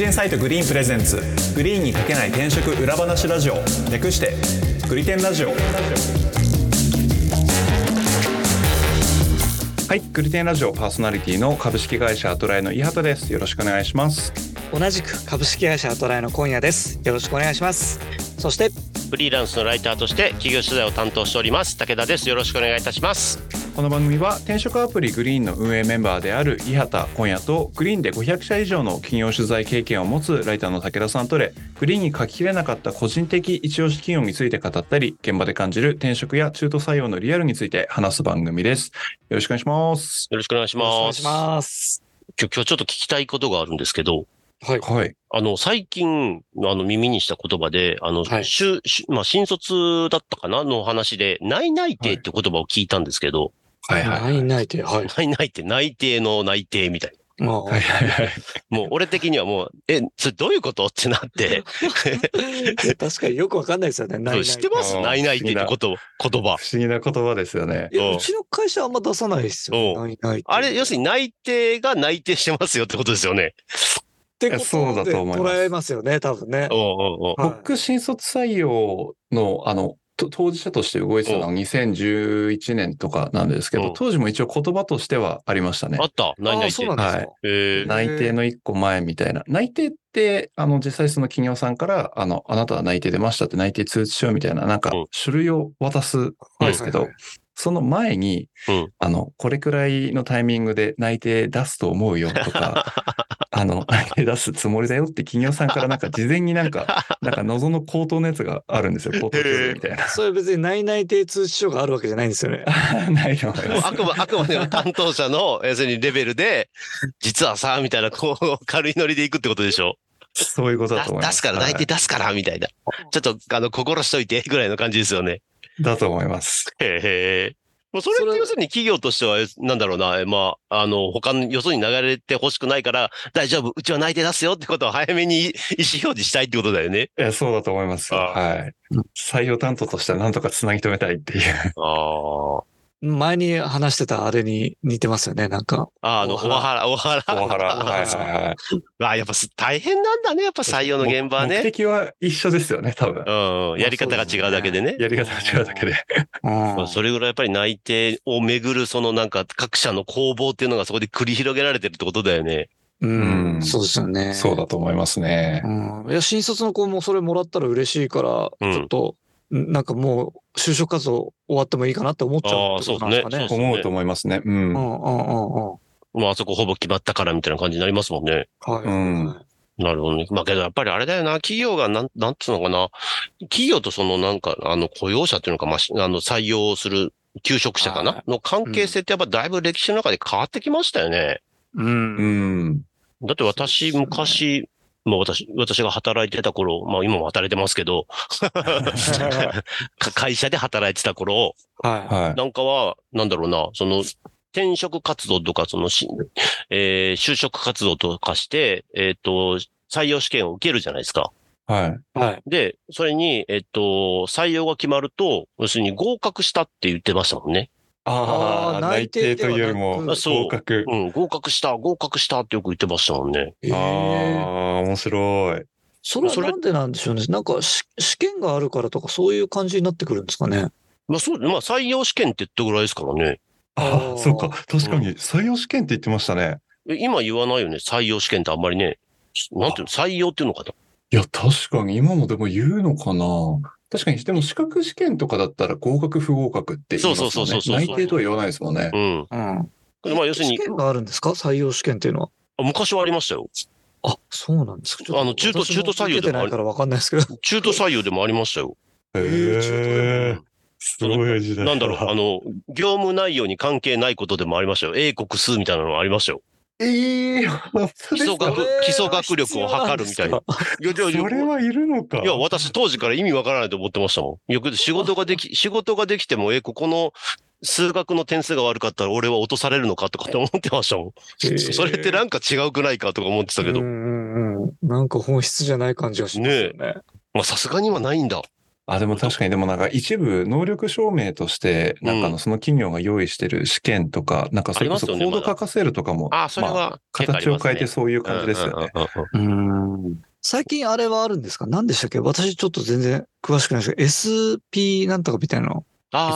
人サイトグリーンプレゼンツグリーンにかけない転職裏話ラジオ、略してグリテンラジオ。はい、グリテンラジオパーソナリティの株式会社アトライの井畑です。よろしくお願いします。 同じく株式会社アトライの今夜です。よろしくお願いします。そしてフリーランスのライターとして企業取材を担当しております武田です。よろしくお願いいたします。 この番組は転職アプリグリーンの運営メンバーである井畑今夜とグリーンで500社以上の企業取材経験を持つライターの武田さんとでグリーンに書ききれなかった個人的一押し企業について語ったり、現場で感じる転職や中途採用のリアルについて話す番組です。よろしくお願いします。 よろしくお願いします。 ます。 今日ちょっと聞きたいことがあるんですけど、 はい。 はい。 最近、耳にした言葉で、 はい、 新卒だったかなの話で、内々定って言葉を聞いたんですけど、 はいはい。 内定、はい。 内々定、内定の内定みたいな。 はいはいはい。 もう俺的にはもう、それどういうことってなって。 確かによくわかんないですよね。 知ってます内々定って言葉。 不思議な言葉ですよね。 いや、うちの会社あんま出さないですよ。 あれ、要するに内定が内定してますよってことですよね。 ってことで捉えますよね、多分ね。 僕、新卒採用の、当事者として動いてたのは2011年とかなんですけど、当時も一応言葉としてはありましたね。 あった。内々定。 そうなんですか。 内定の一個前みたいな。内定って、実際その企業さんから、あなたは内定出ましたって内定通知書みたいな、なんか、書類を渡すんですけど、その前に、これくらいのタイミングで内定出すと思うよとか、内定出すつもりだよって企業さんからなんか事前になんか謎の口頭のやつがあるんですよ。口頭上みたいな。 それ別に内定通知書があるわけじゃないんですよね。 ないと思います。 あくまでも担当者の、要するにレベルで、実はさ、みたいな、こう、軽いノリでいくってことでしょ。 そういうことだと思います。 出すから、内定出すから、みたいな。ちょっと、心しといて、ぐらいの感じですよね。 だと思います。 へえ。それって要するに企業としては、なんだろうな、他のよそに流れてほしくないから、大丈夫、うちは内定出すよってことを早めに意思表示したいってことだよね。 そうだと思いますよ。はい。採用担当としてはなんとかつなぎ止めたいっていう。 前に話してたあれに似てますよね、なんか。 大原。 はい。 やっぱ大変なんだね、やっぱ採用の現場はね。 目的は一緒ですよね、多分。 やり方が違うだけでね。 やり方が違うだけで。 それぐらいやっぱり内定をめぐるそのなんか各社の攻防っていうのがそこで繰り広げられてるってことだよね。 そうですよね。 そうだと思いますね。 いや、新卒の子もそれもらったら嬉しいから、ちょっと、なんかもう、就職活動終わってもいいかなって思っちゃうってことなんですかね。 思うと思いますね。 あそこほぼ決まったからみたいな感じになりますもんね。なるほどね。けどやっぱりあれだよな、企業がなんつうのかな。企業とそのなんか、雇用者っていうのか、採用する求職者かなの関係性ってやっぱだいぶ歴史の中で変わってきましたよね。だって昔、私が働いてた頃、今も働いてますけど、会社で働いてた頃、なんかは、なんだろうな、その、転職活動とか、就職活動とかして、採用試験を受けるじゃないですか。で、それに、採用が決まると、要するに合格したって言ってましたもんね。 内定というよりも合格。 合格したってよく言ってましたもんね。 面白い。 それはなんでなんでしょうね。なんか試験があるからとかそういう感じになってくるんですかね。 採用試験って言ったぐらいですからね。 そうか。確かに採用試験って言ってましたね。 今言わないよね。採用試験ってあんまりね。なんていうの採用っていうのかな。 いや、確かに今もでも言うのかな。確かに、でも資格試験とかだったら合格不合格って言いますもんね。内定とは言わないですもんね。 要するに。 試験があるんですか採用試験っていうのは。 昔はありましたよ。 そうなんですか。 中途採用でもないから分かんないですけど。 中途採用でもありましたよ。 すごい時代だ。 なんだろう、業務内容に関係ないことでもありましたよ。英国数みたいなのありましたよ。 基礎学力を測るみたいな。 それはいるのか。 いや、私当時から意味わからないと思ってましたもん。よく仕事ができても、ここの数学の点数が悪かったら俺は落とされるのかとかって思ってましたもん。それってなんか違うくないかとか思ってたけど。 なんか本質じゃない感じがしますよね。 さすがにはないんだ。 でも確かに、でもなんか一部能力証明として、なんかその企業が用意してる試験とか、なんかそれこそコード書かせるとかも、 それは形を変えてそういう感じですよね。 最近あれはあるんですか？何でしたっけ？私ちょっと全然詳しくないですけど、SP なんとかみたいなの。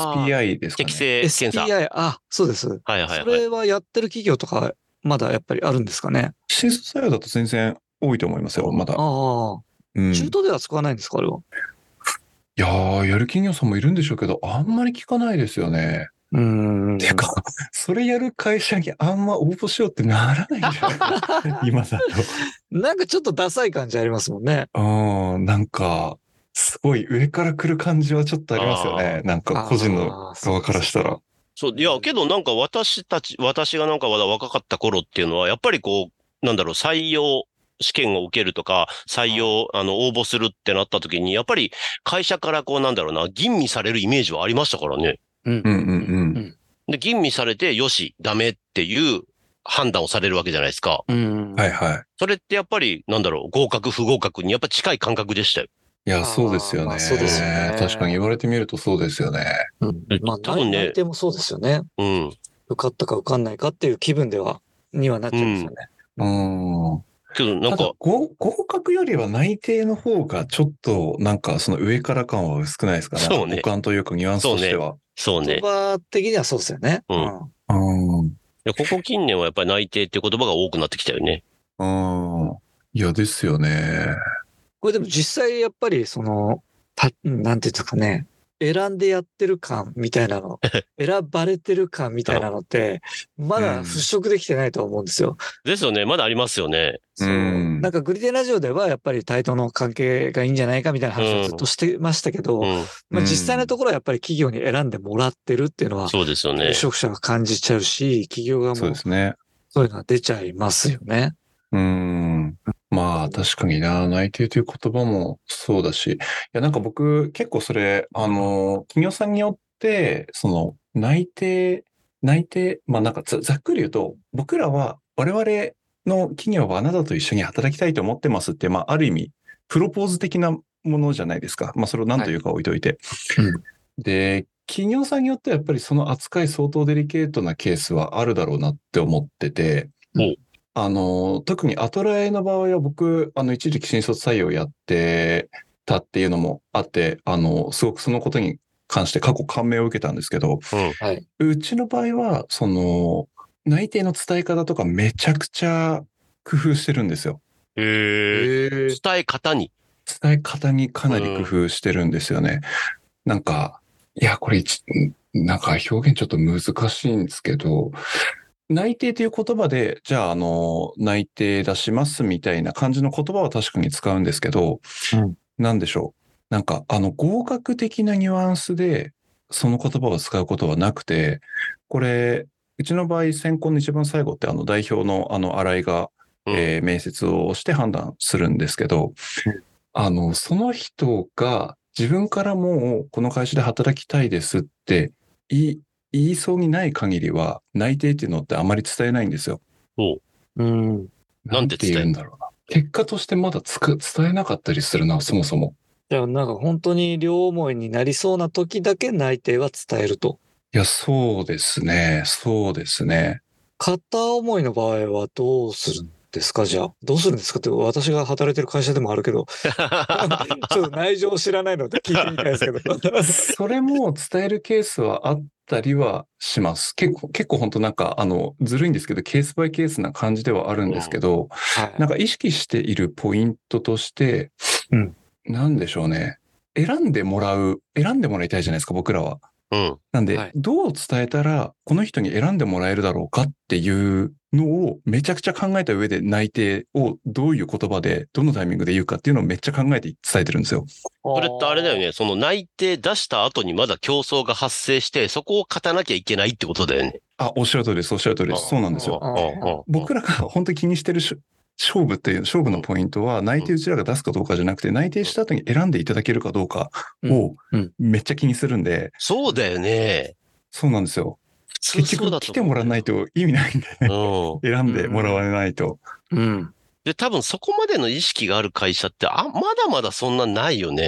SPI ですかね。 適正検査。 SPI、そうです。 はいはいはい。 それはやってる企業とか、まだやっぱりあるんですかね？ 新卒採用だと全然多いと思いますよ、まだ。 中途では使わないんですか、あれは。 いやー、やる企業さんもいるんでしょうけど、あんまり聞かないですよね。てか、それやる会社にあんま応募しようってならないんじゃないかな、今だと。 なんかちょっとダサい感じありますもんね。 なんか、すごい上から来る感じはちょっとありますよね。なんか個人の側からしたら。 そう、いや、けどなんか私がなんかまだ若かった頃っていうのは、やっぱりこう、なんだろう、採用試験を受けるとか、採用、応募するってなった時に、やっぱり会社からこう、なんだろうな、吟味されるイメージはありましたからね。で、吟味されて、よし、ダメっていう判断をされるわけじゃないですか。 はいはい。 それってやっぱり、なんだろう、合格、不合格にやっぱ近い感覚でしたよ。 いや、そうですよね。 そうですよね。 確かに言われてみるとそうですよね。 多分ね。内定もそうですよね。受かったか受かんないかっていう気分にはなっちゃいますよね。 けどなんか合格よりは内定の方がちょっとなんかその上から感は薄くないですかね。 そうね。 五感というかニュアンスとしては。 そうね。 言葉的にはそうですよね。 ここ近年はやっぱり内定っていう言葉が多くなってきたよね。 いや、ですよね。 これでも実際やっぱりなんていうんですかね。選んでやってる感みたいなの、選ばれてる感みたいなのって、まだ払拭できてないと思うんですよ。 ですよね。まだありますよね。 そう。なんかグリテンラジオではやっぱり対等の関係がいいんじゃないかみたいな話をずっとしてましたけど、実際のところはやっぱり企業に選んでもらってるっていうのは、 そうですよね。 求職者が感じちゃうし、企業側もそういうのが出ちゃいますよね。 まあ確かにな、内定という言葉もそうだし、いやなんか僕結構それ、企業さんによって、その内定、まあなんかざっくり言うと、僕らは我々の企業はあなたと一緒に働きたいと思ってますって、まあある意味、プロポーズ的なものじゃないですか。まあそれを何というか置いといて。で、企業さんによってはやっぱりその扱い相当デリケートなケースはあるだろうなって思ってて、特にアトラエの場合は僕、一時期新卒採用やってたっていうのもあって、すごくそのことに関して過去感銘を受けたんですけど、うちの場合は、内定の伝え方とかめちゃくちゃ工夫してるんですよ。 伝え方にかなり工夫してるんですよね。なんか、いや、これ、なんか表現ちょっと難しいんですけど、内定という言葉で、じゃあ、内定出しますみたいな感じの言葉は確かに使うんですけど、なんでしょう。なんか、合格的なニュアンスで、その言葉を使うことはなくて、これ、うちの場合、選考の一番最後って代表の新井が、面接をして判断するんですけど、その人が自分からもこの会社で働きたいですって言いそうにない限りは内定っていうのってあまり伝えないんですよ。なんて言うんだろうな。結果としてまだ伝えなかったりするな、そもそも。 いや、なんか本当に両思いになりそうな時だけ内定は伝えると。 いや、そうですね。そうですね。 片思いの場合はどうするんですか？じゃあ。どうするんですかって、私が働いてる会社でもあるけど、ちょっと内情を知らないので聞いてみたいですけど。 それも伝えるケースはあったりはします。結構本当なんか、ずるいんですけど、ケースバイケースな感じではあるんですけど、なんか意識しているポイントとして、なんでしょうね。選んでもらいたいじゃないですか、僕らは。なんで、どう伝えたら、この人に選んでもらえるだろうかっていうのをめちゃくちゃ考えた上で内定をどういう言葉で、どのタイミングで言うかっていうのをめっちゃ考えて伝えてるんですよ。 それってあれだよね。その内定出した後にまだ競争が発生して、そこを勝たなきゃいけないってことだよね。 おっしゃる通りです、おっしゃる通りです。そうなんですよ。僕らが本当に気にしてる勝負のポイントは、内定うちらが出すかどうかじゃなくて、内定した後に選んでいただけるかどうかをめっちゃ気にするんで。 そうだよね。 そうなんですよ。結局来てもらわないと意味ないんで、選んでもらわないと。 で、多分そこまでの意識がある会社って、まだまだそんなないよね。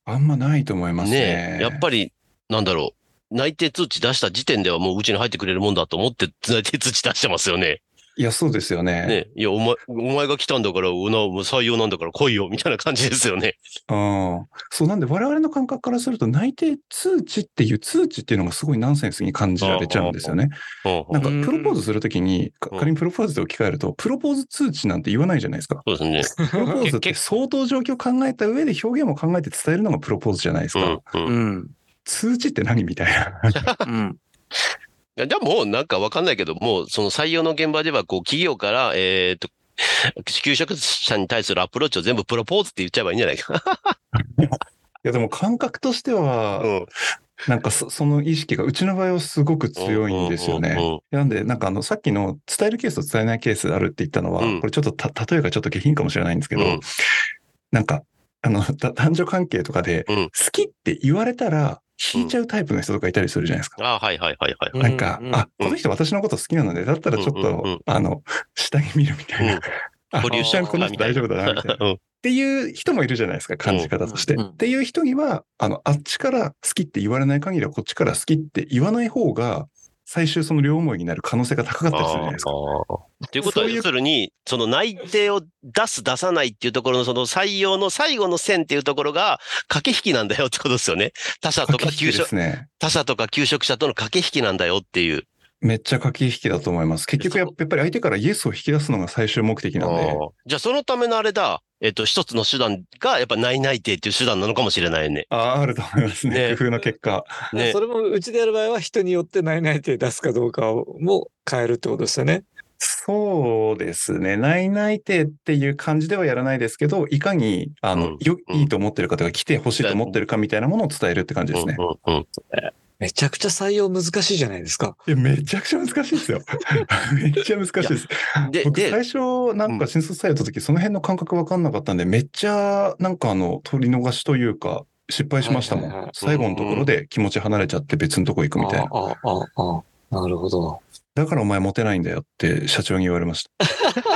あんまないと思いますね。 ねえ、やっぱり、なんだろう。内定通知出した時点ではもううちに入ってくれるもんだと思って内定通知出してますよね。 いや、そうですよね。 ねえ、いや、お前が来たんだから、採用なんだから来いよ、みたいな感じですよね。 そう、なんで我々の感覚からすると内定通知っていう通知っていうのがすごいナンセンスに感じられちゃうんですよね。なんか、プロポーズするときに、仮にプロポーズで置き換えると、プロポーズ通知なんて言わないじゃないですか。 そうですね。 プロポーズって相当状況を考えた上で表現も考えて伝えるのがプロポーズじゃないですか。通知って何みたいな。 じゃあもうなんかわかんないけど、もうその採用の現場ではこう企業から、求職者に対するアプローチを全部プロポーズって言っちゃえばいいんじゃないか。 いやでも感覚としては、なんかその意識がうちの場合はすごく強いんですよね。なんで、なんかさっきの伝えるケースと伝えないケースあるって言ったのは、これちょっと例えがちょっと下品かもしれないんですけど、なんか、男女関係とかで、好きって言われたら、引いちゃうタイプの人とかいたりするじゃないですか。 はいはいはいはい。 なんか、この人私のこと好きなので、だったらちょっと、下に見るみたいな。一緒にこの人大丈夫だな、みたいな。っていう人もいるじゃないですか、感じ方として。っていう人には、あっちから好きって言われない限りは、こっちから好きって言わない方が、最終その両思いになる可能性が高かったりするじゃないですか。 ということは、要するに、その内定を出さないっていうところのその採用の最後の線っていうところが駆け引きなんだよってことですよね。他社とか求職者との駆け引きなんだよっていう。 めっちゃ駆け引きだと思います。結局やっぱり相手からイエスを引き出すのが最終目的なんで。 じゃあそのためのあれだ、一つの手段がやっぱ内定っていう手段なのかもしれないね。 あると思いますね。工夫の結果。 ね。それもうちでやる場合は人によって内定出すかどうかをも変えるってことですよね。 そうですね。内定っていう感じではやらないですけど、いかに、いいと思ってる方が来て欲しいと思ってるかみたいなものを伝えるって感じですね。 めちゃくちゃ採用難しいじゃないですか。 いや、めちゃくちゃ難しいですよ。めっちゃ難しいです。僕最初、なんか新卒採用の時、その辺の感覚わかんなかったんで、めっちゃ、なんか取り逃しというか、失敗しましたもん。最後のところで気持ち離れちゃって別のとこ行くみたいな。 なるほど。 だからお前モテないんだよって社長に言われました。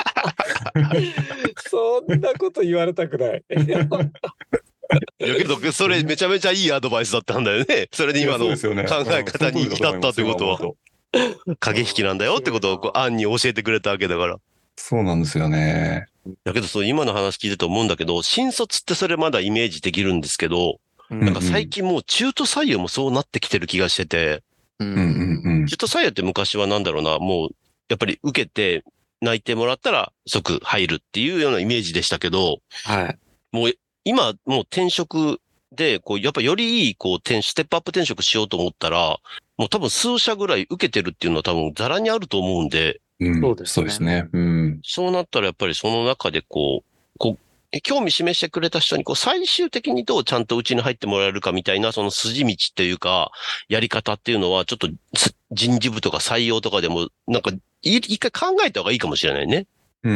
そんなこと言われたくない。 いやけど、それめちゃめちゃいいアドバイスだったんだよね。それで今の考え方に至ったってことは。駆け引きなんだよってことを暗に教えてくれたわけだから。 そうなんですよね。 だけど、今の話聞いてて思うんだけど、新卒ってそれまだイメージできるんですけど、なんか最近もう中途採用もそうなってきてる気がしてて、中途採用って昔はなんだろうな、もう、やっぱり受けて内定もらったら即入るっていうようなイメージでしたけど、もう今もう転職で、やっぱよりいい、ステップアップ転職しようと思ったら、もう多分数社ぐらい受けてるっていうのは多分ザラにあると思うんで。 そうですね。 そうなったらやっぱりその中で興味示してくれた人に最終的にどうちゃんとうちに入ってもらえるかみたいなその筋道っていうか、やり方っていうのはちょっと人事部とか採用とかでもなんか一回考えた方がいいかもしれないね。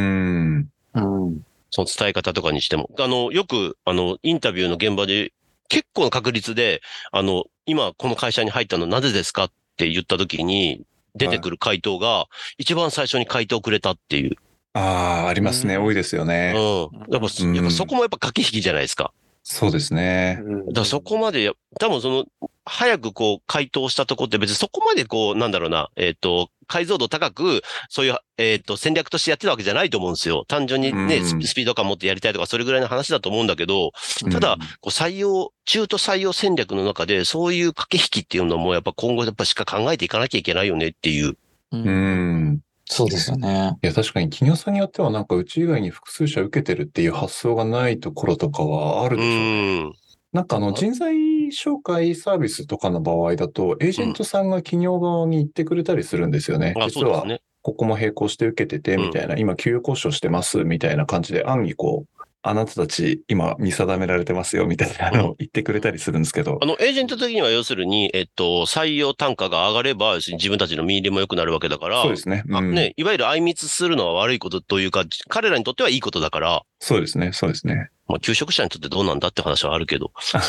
その伝え方とかにしても。よくインタビューの現場で結構な確率で、今この会社に入ったのなぜですかって言った時に出てくる回答が一番最初に回答くれたっていう。 ありますね。多いですよね。 やっぱそこもやっぱ駆け引きじゃないですか。 そうですね。 だからそこまで、多分早く回答したとこって別にそこまでなんだろうな、解像度高く、そういう、戦略としてやってたわけじゃないと思うんですよ。単純にね、スピード感持ってやりたいとか、それぐらいの話だと思うんだけど、ただ、中途採用戦略の中で、そういう駆け引きっていうのも、やっぱ今後やっぱしか考えていかなきゃいけないよねっていう。 そうですよね。 いや、確かに企業さんによってはなんかうち以外に複数社受けてるっていう発想がないところとかはあるでしょうね。なんか人材紹介サービスとかの場合だと、エージェントさんが企業側に行ってくれたりするんですよね。実は、ここも並行して受けてて、みたいな、今給与交渉してます、みたいな感じで、暗にあなたたち今見定められてますよみたいなのを言ってくれたりするんですけど。 エージェント的には要するに、採用単価が上がれば、自分たちの見入りも良くなるわけだから。 そうですね。 ね、いわゆる相密するのは悪いことというか、彼らにとってはいいことだから。 そうですね、そうですね。 まあ、求職者にとってどうなんだって話はあるけど。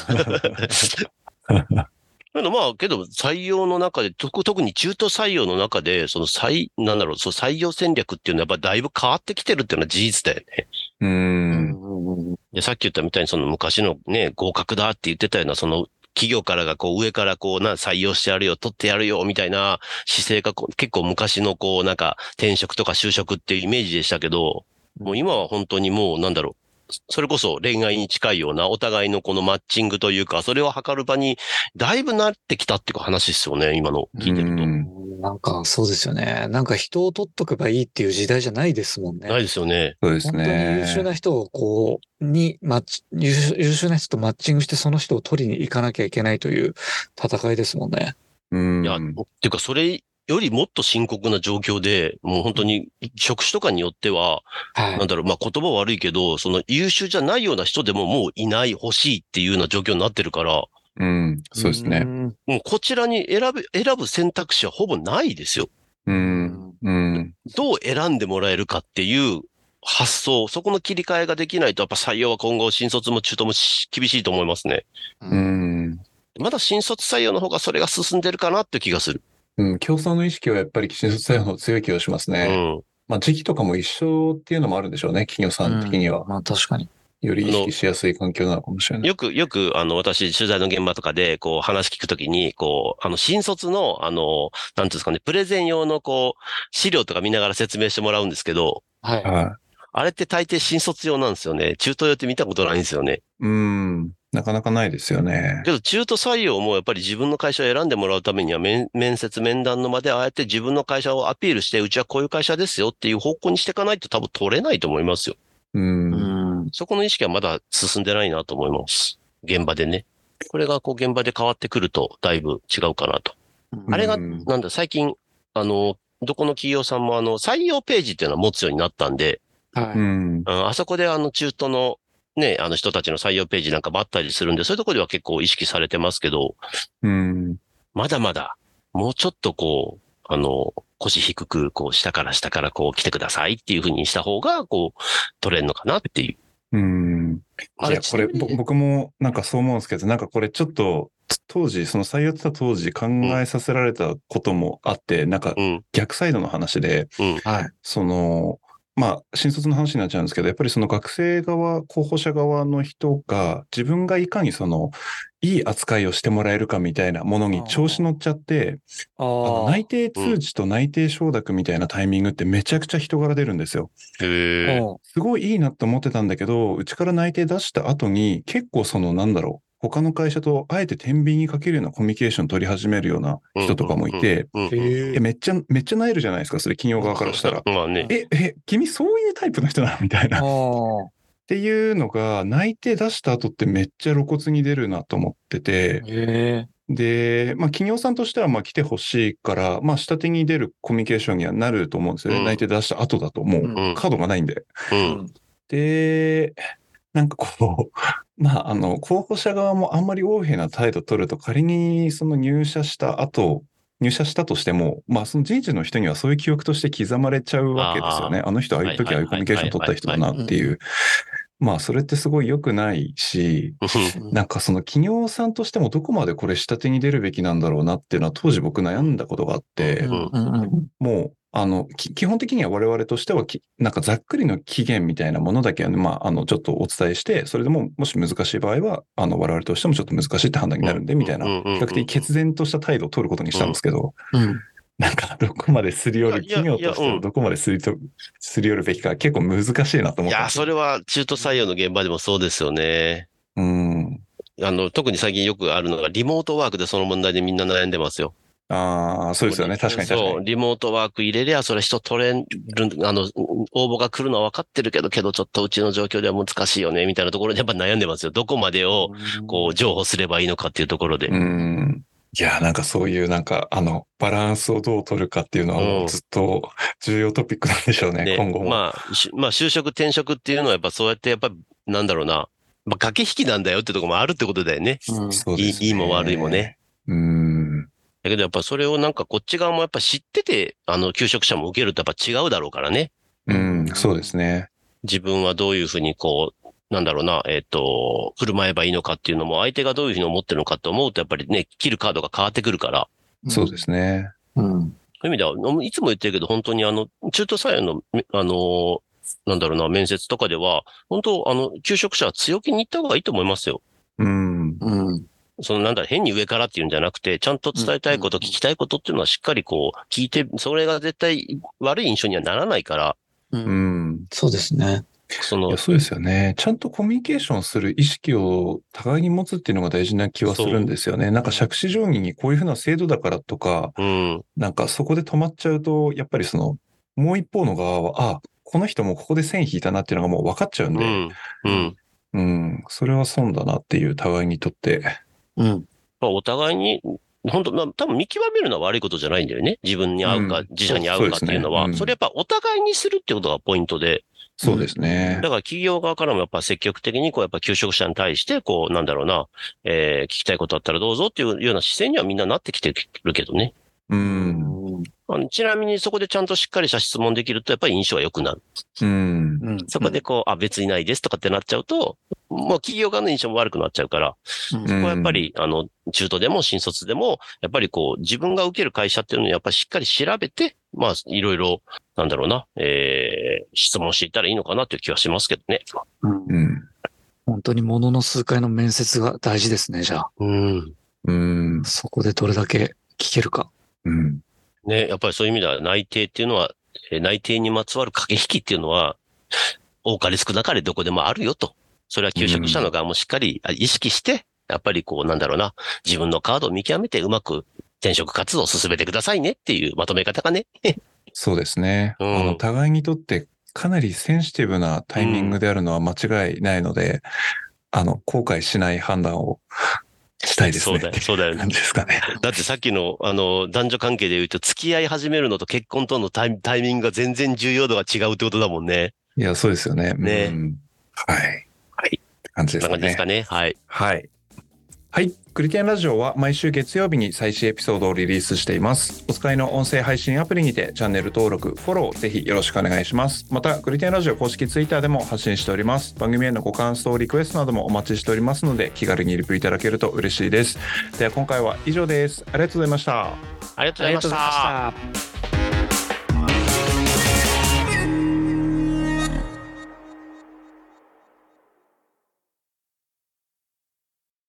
けど、採用の中で、特に中途採用の中で、採用戦略っていうのはやっぱだいぶ変わってきてるっていうのは事実だよね。 で、さっき言ったみたいにその昔のね、合格だって言ってたような、その企業からがこう上からこう採用してやるよ、取ってやるよ、みたいな姿勢が結構昔のこうなんか転職とか就職っていうイメージでしたけど、もう今は本当にもうなんだろう。それこそ恋愛に近いようなお互いのこのマッチングというか、それを図る場にだいぶなってきたっていう話ですよね、今の聞いてると。 なんかそうですよね。なんか人を取っとけばいいっていう時代じゃないですもんね。 ないですよね。 そうですね。 本当に優秀な人を優秀な人とマッチングしてその人を取りに行かなきゃいけないという戦いですもんね。 いや、っていうかそれよりもっと深刻な状況で、もう本当に職種とかによっては、なんだろう、まあ言葉悪いけど、その優秀じゃないような人でももういない、欲しいっていうような状況になってるから、 そうですね。 もうこちらに選ぶ選択肢はほぼないですよ。どう選んでもらえるかっていう発想、そこの切り替えができないと、やっぱ採用は今後新卒も中途も厳しいと思いますね。まだ新卒採用の方がそれが進んでるかなっていう気がする。 競争の意識はやっぱり新卒採用の方が強い気がしますね。まあ時期とかも一緒っていうのもあるんでしょうね、企業さん的には。 まあ確かに。 より意識しやすい環境なのかもしれない。 よく、私、取材の現場とかで、こう、話聞くときに、こう、新卒の、なんていうんですかね、プレゼン用の、こう、資料とか見ながら説明してもらうんですけど、 はい。 あれって大抵新卒用なんですよね。中途用って見たことないんですよね。 なかなかないですよね。 けど、中途採用もやっぱり自分の会社を選んでもらうためには、面接、面談の場で、ああやって自分の会社をアピールして、うちはこういう会社ですよっていう方向にしていかないと多分取れないと思いますよ。そこの意識はまだ進んでないなと思います。現場でね。これがこう現場で変わってくるとだいぶ違うかなと。あれが、なんだ、最近、どこの企業さんも採用ページっていうのは持つようになったんで、あそこで中途のね、人たちの採用ページなんかもあったりするんで、そういうところでは結構意識されてますけど、まだまだ、もうちょっとこう、腰低く、こう、下からこう来てくださいっていう風にした方が、こう、取れるのかなっていう。 いや、これ、僕もなんかそう思うんですけど、なんかこれちょっと、当時、その採用ってた当時考えさせられたこともあって、なんか逆サイドの話で、その、まあ、新卒の話になっちゃうんですけど、やっぱりその学生側、候補者側の人が、自分がいかにその、いい扱いをしてもらえるかみたいなものに調子乗っちゃって、内定通知と内定承諾みたいなタイミングってめちゃくちゃ人柄出るんですよ。すごいいいなって思ってたんだけど、うちから内定出した後に、結構そのなんだろう、他の会社とあえて天秤にかけるようなコミュニケーション取り始めるような人とかもいて、めっちゃなえるじゃないですか、それ企業側からしたら。君そういうタイプの人なのみたいな。っていうのが、内定出した後ってめっちゃ露骨に出るなと思ってて、で、まあ企業さんとしてはまあ来てほしいから、まあ下手に出るコミュニケーションにはなると思うんですよね。内定出した後だともうカードがないんで。で、なんかこう、まあ候補者側もあんまり横柄な態度取ると仮にその入社したとしても、まあその人事の人にはそういう記憶として刻まれちゃうわけですよね。あの人ああいう時ああいうコミュニケーション取った人だなっていう。まあそれってすごい良くないし、なんかその企業さんとしてもどこまでこれ下手に出るべきなんだろうなっていうのは当時僕悩んだことがあって、もう基本的には我々としてはなんかざっくりの期限みたいなものだけはね、まあちょっとお伝えして、それでももし難しい場合は、我々としてもちょっと難しいって判断になるんで、みたいな、比較的決然とした態度を取ることにしたんですけど、なんかどこまですり寄る、企業としてはどこまですり寄るべきか結構難しいなと思って。 いや、それは中途採用の現場でもそうですよね。特に最近よくあるのがリモートワークでその問題でみんな悩んでますよ。 そうですよね。確かに。 そう、リモートワーク入れりゃ、それ人取れる、応募が来るのは分かってるけどちょっとうちの状況では難しいよね、みたいなところでやっぱ悩んでますよ。どこまでを、こう、譲歩すればいいのかっていうところで。 いや、なんかそういうなんか、バランスをどう取るかっていうのはもうずっと重要トピックなんでしょうね、今後も。 まあ、就職転職っていうのはやっぱそうやってやっぱ、なんだろうな、まあ、駆け引きなんだよってところもあるってことだよね。 そうですね。 いいも悪いもね。だけどやっぱそれをなんかこっち側もやっぱ知ってて、求職者も受けるとやっぱ違うだろうからね。 そうですね。 自分はどういうふうにこう、なんだろうな、振る舞えばいいのかっていうのも、相手がどういうふうに思ってるのかと思うと、やっぱりね、切るカードが変わってくるから。 そうですね。 そういう意味では、いつも言ってるけど、本当に中途採用の、 なんだろうな、面接とかでは、本当求職者は強気に言った方がいいと思いますよ。 うん。 変に上からっていうんじゃなくて、ちゃんと伝えたいこと、聞きたいことっていうのはしっかりこう、聞いて、それが絶対悪い印象にはならないから。 そうですね。 そうですよね。ちゃんとコミュニケーションする意識を互いに持つっていうのが大事な気はするんですよね。なんか杓子定規にこういうふうな制度だからとか、なんかそこで止まっちゃうと、やっぱりもう一方の側は、この人もここで線引いたなっていうのがもう分かっちゃうんで、それは損だなっていう、互いにとって。 お互いに、本当多分見極めるのは悪いことじゃないんだよね。自分に合うか、自社に合うかっていうのは。それやっぱお互いにするってことがポイントで。 そうですね。 だから企業側からもやっぱ積極的にやっぱ求職者に対して聞きたいことあったらどうぞっていうような姿勢にはみんななってきてるけどね。ちなみにそこでちゃんとしっかりした質問できるとやっぱり印象は良くなる。そこで別にないですとかってなっちゃうと、もう企業側の印象も悪くなっちゃうから、そこはやっぱり中途でも新卒でも、やっぱり自分が受ける会社っていうのをやっぱりしっかり調べて、いろいろ、質問していったらいいのかなという気はしますけどね。 本当にものの数回の面接が大事ですね、じゃあ。そこでどれだけ聞けるか。 ね、やっぱりそういう意味では内定っていうのは、内定にまつわる駆け引きっていうのは、多かれ少なかれどこでもあるよと。それは求職者の側もしっかり意識して、やっぱり自分のカードを見極めてうまく転職活動を進めてくださいねっていうまとめ方がね。 そうですね。互いにとってかなりセンシティブなタイミングであるのは間違いないので、後悔しない判断をしたいですね。 そうだよね。 なんですかね。 だってさっきの、男女関係で言うと、付き合い始めるのと結婚とのタイミングが全然重要度が違うってことだもんね。 いや、そうですよね。はい。って感じですかね。 そんな感じですかね。はい。 はい。クリテンラジオは毎週月曜日に最新エピソードをリリースしています。お使いの音声配信アプリにてチャンネル登録、フォローぜひよろしくお願いします。また、クリテンラジオ公式ツイッターでも発信しております。番組へのご感想、リクエストなどもお待ちしておりますので、気軽にリプいただけると嬉しいです。では今回は以上です。ありがとうございました。 ありがとうございました。